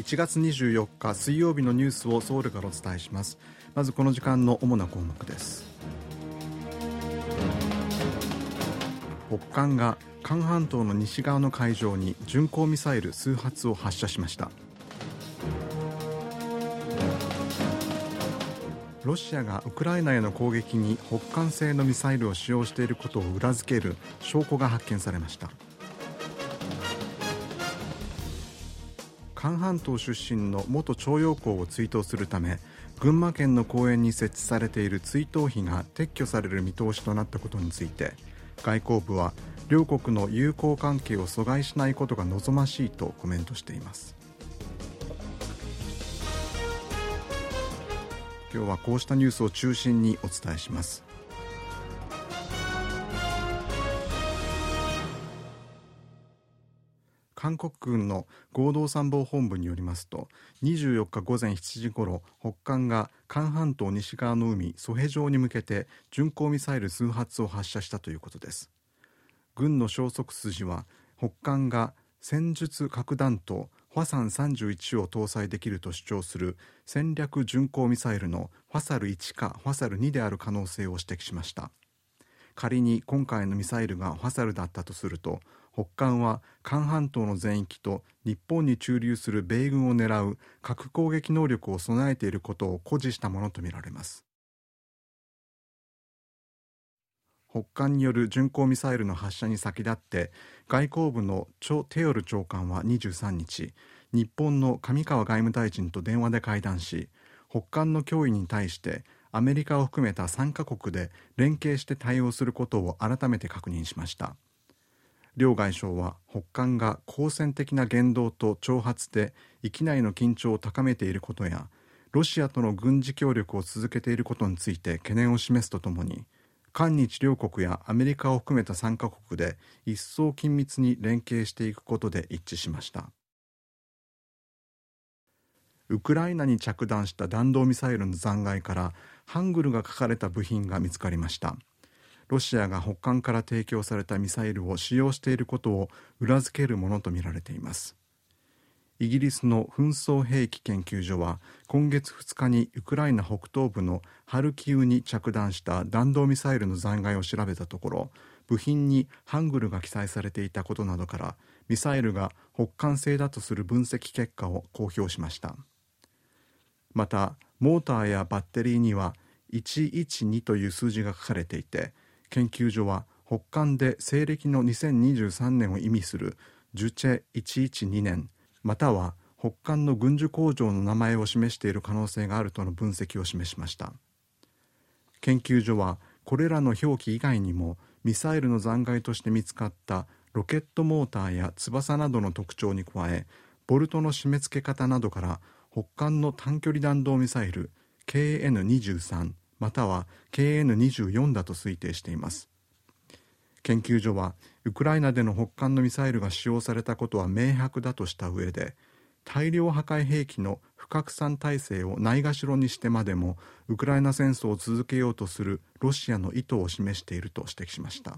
1月24日水曜日のニュースをソウルからお伝えします。まずこの時間の主な項目です。北韓が韓半島の西側の海上に巡航ミサイル数発を発射しました。ロシアがウクライナへの攻撃に北韓製のミサイルを使用していることを裏付ける証拠が発見されました。韓半島出身の元徴用工を追悼するため群馬県の公園に設置されている追悼碑が撤去される見通しとなったことについて、外交部は両国の友好関係を阻害しないことが望ましいとコメントしています。今日はこうしたニュースを中心にお伝えします。韓国軍の合同参謀本部によりますと、24日午前7時ごろ、北韓が韓半島西側の海ソヘ上に向けて巡航ミサイル数発を発射したということです。軍の消息筋は、北韓が戦術核弾頭ファサン31を搭載できると主張する戦略巡航ミサイルのファサル1かファサル2である可能性を指摘しました。仮に今回のミサイルがファサルだったとすると、北韓は韓半島の全域と日本に駐留する米軍を狙う核攻撃能力を備えていることを誇示したものとみられます。北韓による巡航ミサイルの発射に先立って、外交部のチョ・テヨル長官は23日、日本の上川外務大臣と電話で会談し、北韓の脅威に対してアメリカを含めた3カ国で連携して対応することを改めて確認しました。両外相は、北韓が好戦的な言動と挑発で域内の緊張を高めていることや、ロシアとの軍事協力を続けていることについて懸念を示すとともに、韓日両国やアメリカを含めた3カ国で一層緊密に連携していくことで一致しました。ウクライナに着弾した弾道ミサイルの残骸からハングルが書かれた部品が見つかりました。ロシアが北韓から提供されたミサイルを使用していることを裏付けるものとみられています。イギリスの紛争兵器研究所は今月2日にウクライナ北東部のハルキウに着弾した弾道ミサイルの残骸を調べたところ、部品にハングルが記載されていたことなどからミサイルが北韓製だとする分析結果を公表しました。また、モーターやバッテリーには112という数字が書かれていて、研究所は北韓で西暦の2023年を意味するジュチェ112年または北韓の軍需工場の名前を示している可能性があるとの分析を示しました。研究所はこれらの表記以外にも、ミサイルの残骸として見つかったロケットモーターや翼などの特徴に加え、ボルトの締め付け方などから北韓の短距離弾道ミサイル KN-23 または KN-24 だと推定しています。研究所は、ウクライナでの北韓のミサイルが使用されたことは明白だとした上で、大量破壊兵器の不拡散体制をないがしろにしてまでもウクライナ戦争を続けようとするロシアの意図を示していると指摘しました。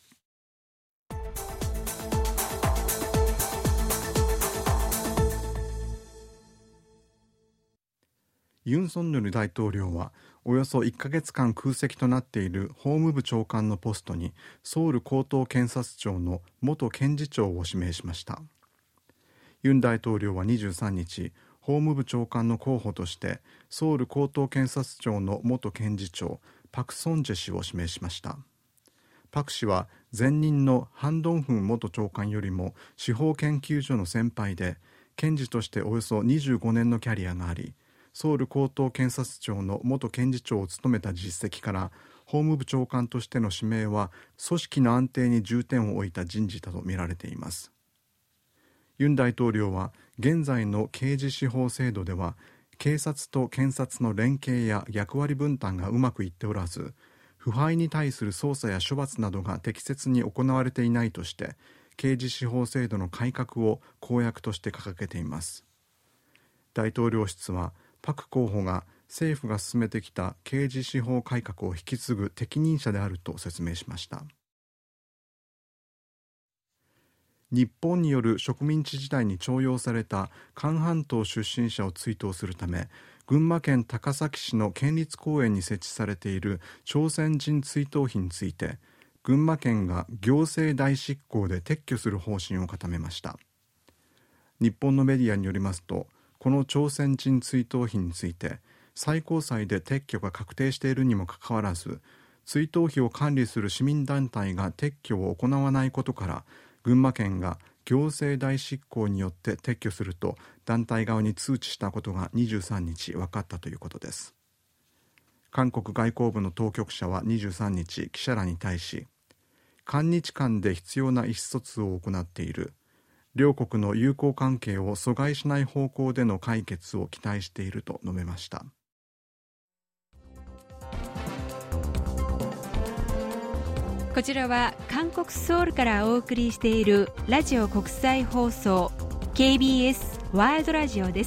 ユン・ソンニョル大統領はおよそ1ヶ月間空席となっている法務部長官のポストにソウル高等検察庁の元検事長を指名しました。ユン大統領は23日、法務部長官の候補としてソウル高等検察庁の元検事長パク・ソンジェ氏を指名しました。パク氏は前任のハン・ドンフン元長官よりも司法研究所の先輩で、検事としておよそ25年のキャリアがあり、ソウル高等検察庁の元検事長を務めた実績から法務部長官としての指名は組織の安定に重点を置いた人事だと見られています。ユン大統領は現在の刑事司法制度では警察と検察の連携や役割分担がうまくいっておらず、腐敗に対する捜査や処罰などが適切に行われていないとして刑事司法制度の改革を公約として掲げています。大統領室はパク候補が政府が進めてきた刑事司法改革を引き継ぐ適任者であると説明しました。 日本による植民地時代に徴用された韓半島出身者を追悼するため、群馬県高崎市の県立公園に設置されている朝鮮人追悼碑について、群馬県が行政代執行で撤去する方針を固めました。日本のメディアによりますと、この朝鮮人追悼碑について最高裁で撤去が確定しているにもかかわらず、追悼碑を管理する市民団体が撤去を行わないことから、群馬県が行政代執行によって撤去すると団体側に通知したことが23日分かったということです。韓国外交部の当局者は23日記者らに対し、韓日間で必要な意思疎通を行っている、両国の友好関係を阻害しない方向での解決を期待していると述べました。 こちらは韓国ソウルからお送りしているラジオ国際放送 KBS ワールドラジオです。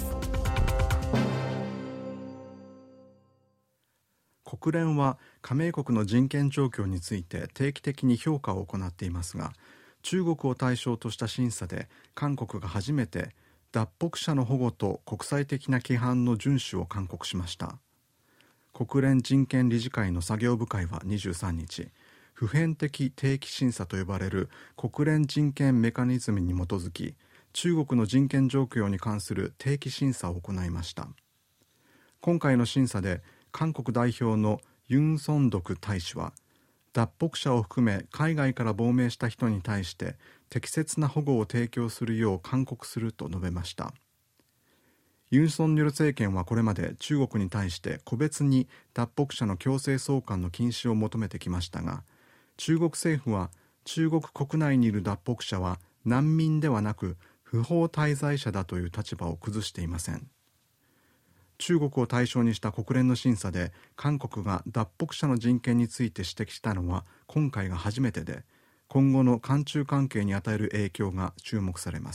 国連は加盟国の人権状況について定期的に評価を行っていますが、中国を対象とした審査で韓国が初めて脱北者の保護と国際的な規範の遵守を勧告しました。国連人権理事会の作業部会は23日、普遍的定期審査と呼ばれる国連人権メカニズムに基づき、中国の人権状況に関する定期審査を行いました。今回の審査で韓国代表のユン・ソンドク大使は、脱北者を含め海外から亡命した人に対して適切な保護を提供するよう勧告すると述べました。ユン・ソンニョル政権はこれまで中国に対して個別に脱北者の強制送還の禁止を求めてきましたが、中国政府は中国国内にいる脱北者は難民ではなく不法滞在者だという立場を崩していません。中国を対象にした国連の審査で韓国が脱北者の人権について指摘したのは今回が初めてで、今後の韓中関係に与える影響が注目されます。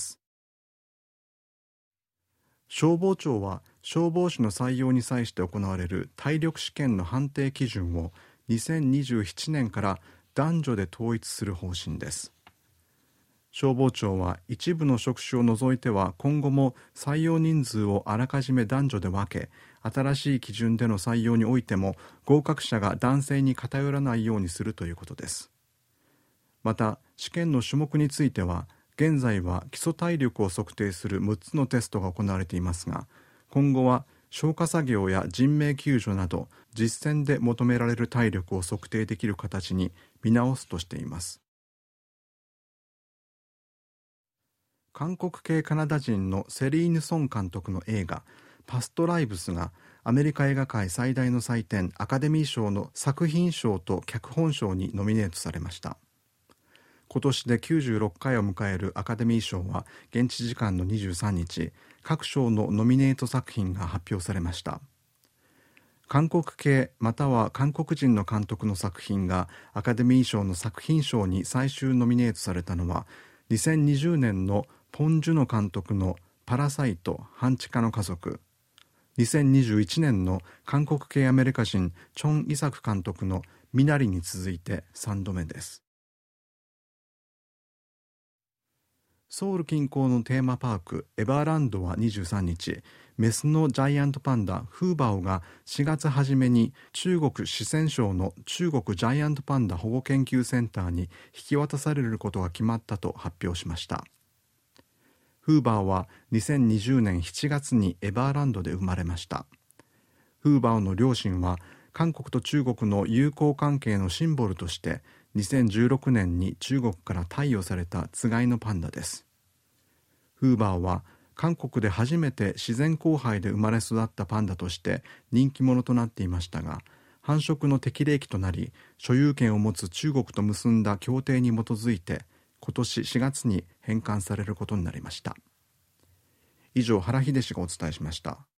消防庁は消防士の採用に際して行われる体力試験の判定基準を2027年から男女で統一する方針です。消防庁は一部の職種を除いては今後も採用人数をあらかじめ男女で分け、新しい基準での採用においても合格者が男性に偏らないようにするということです。また試験の種目については、現在は基礎体力を測定する6つのテストが行われていますが、今後は消火作業や人命救助など実戦で求められる体力を測定できる形に見直すとしています。韓国系カナダ人のセリーヌ・ソン監督の映画パストライブスがアメリカ映画界最大の祭典アカデミー賞の作品賞と脚本賞にノミネートされました。今年で96回を迎えるアカデミー賞は現地時間の23日、各賞のノミネート作品が発表されました。韓国系または韓国人の監督の作品がアカデミー賞の作品賞に最終ノミネートされたのは、2020年のポン・ジュノ監督のパラサイト半地下の家族、2021年の韓国系アメリカ人チョン・イサク監督のミナリに続いて3度目です。ソウル近郊のテーマパークエバーランドは23日、メスのジャイアントパンダフーバオが4月初めに中国四川省の中国ジャイアントパンダ保護研究センターに引き渡されることが決まったと発表しました。フーバーは2020年7月にエバーランドで生まれました。フーバーの両親は韓国と中国の友好関係のシンボルとして2016年に中国から貸与されたつがいのパンダです。フーバーは韓国で初めて自然交配で生まれ育ったパンダとして人気者となっていましたが、繁殖の適齢期となり所有権を持つ中国と結んだ協定に基づいて今年4月に返還されることになりました。以上、原秀氏がお伝えしました。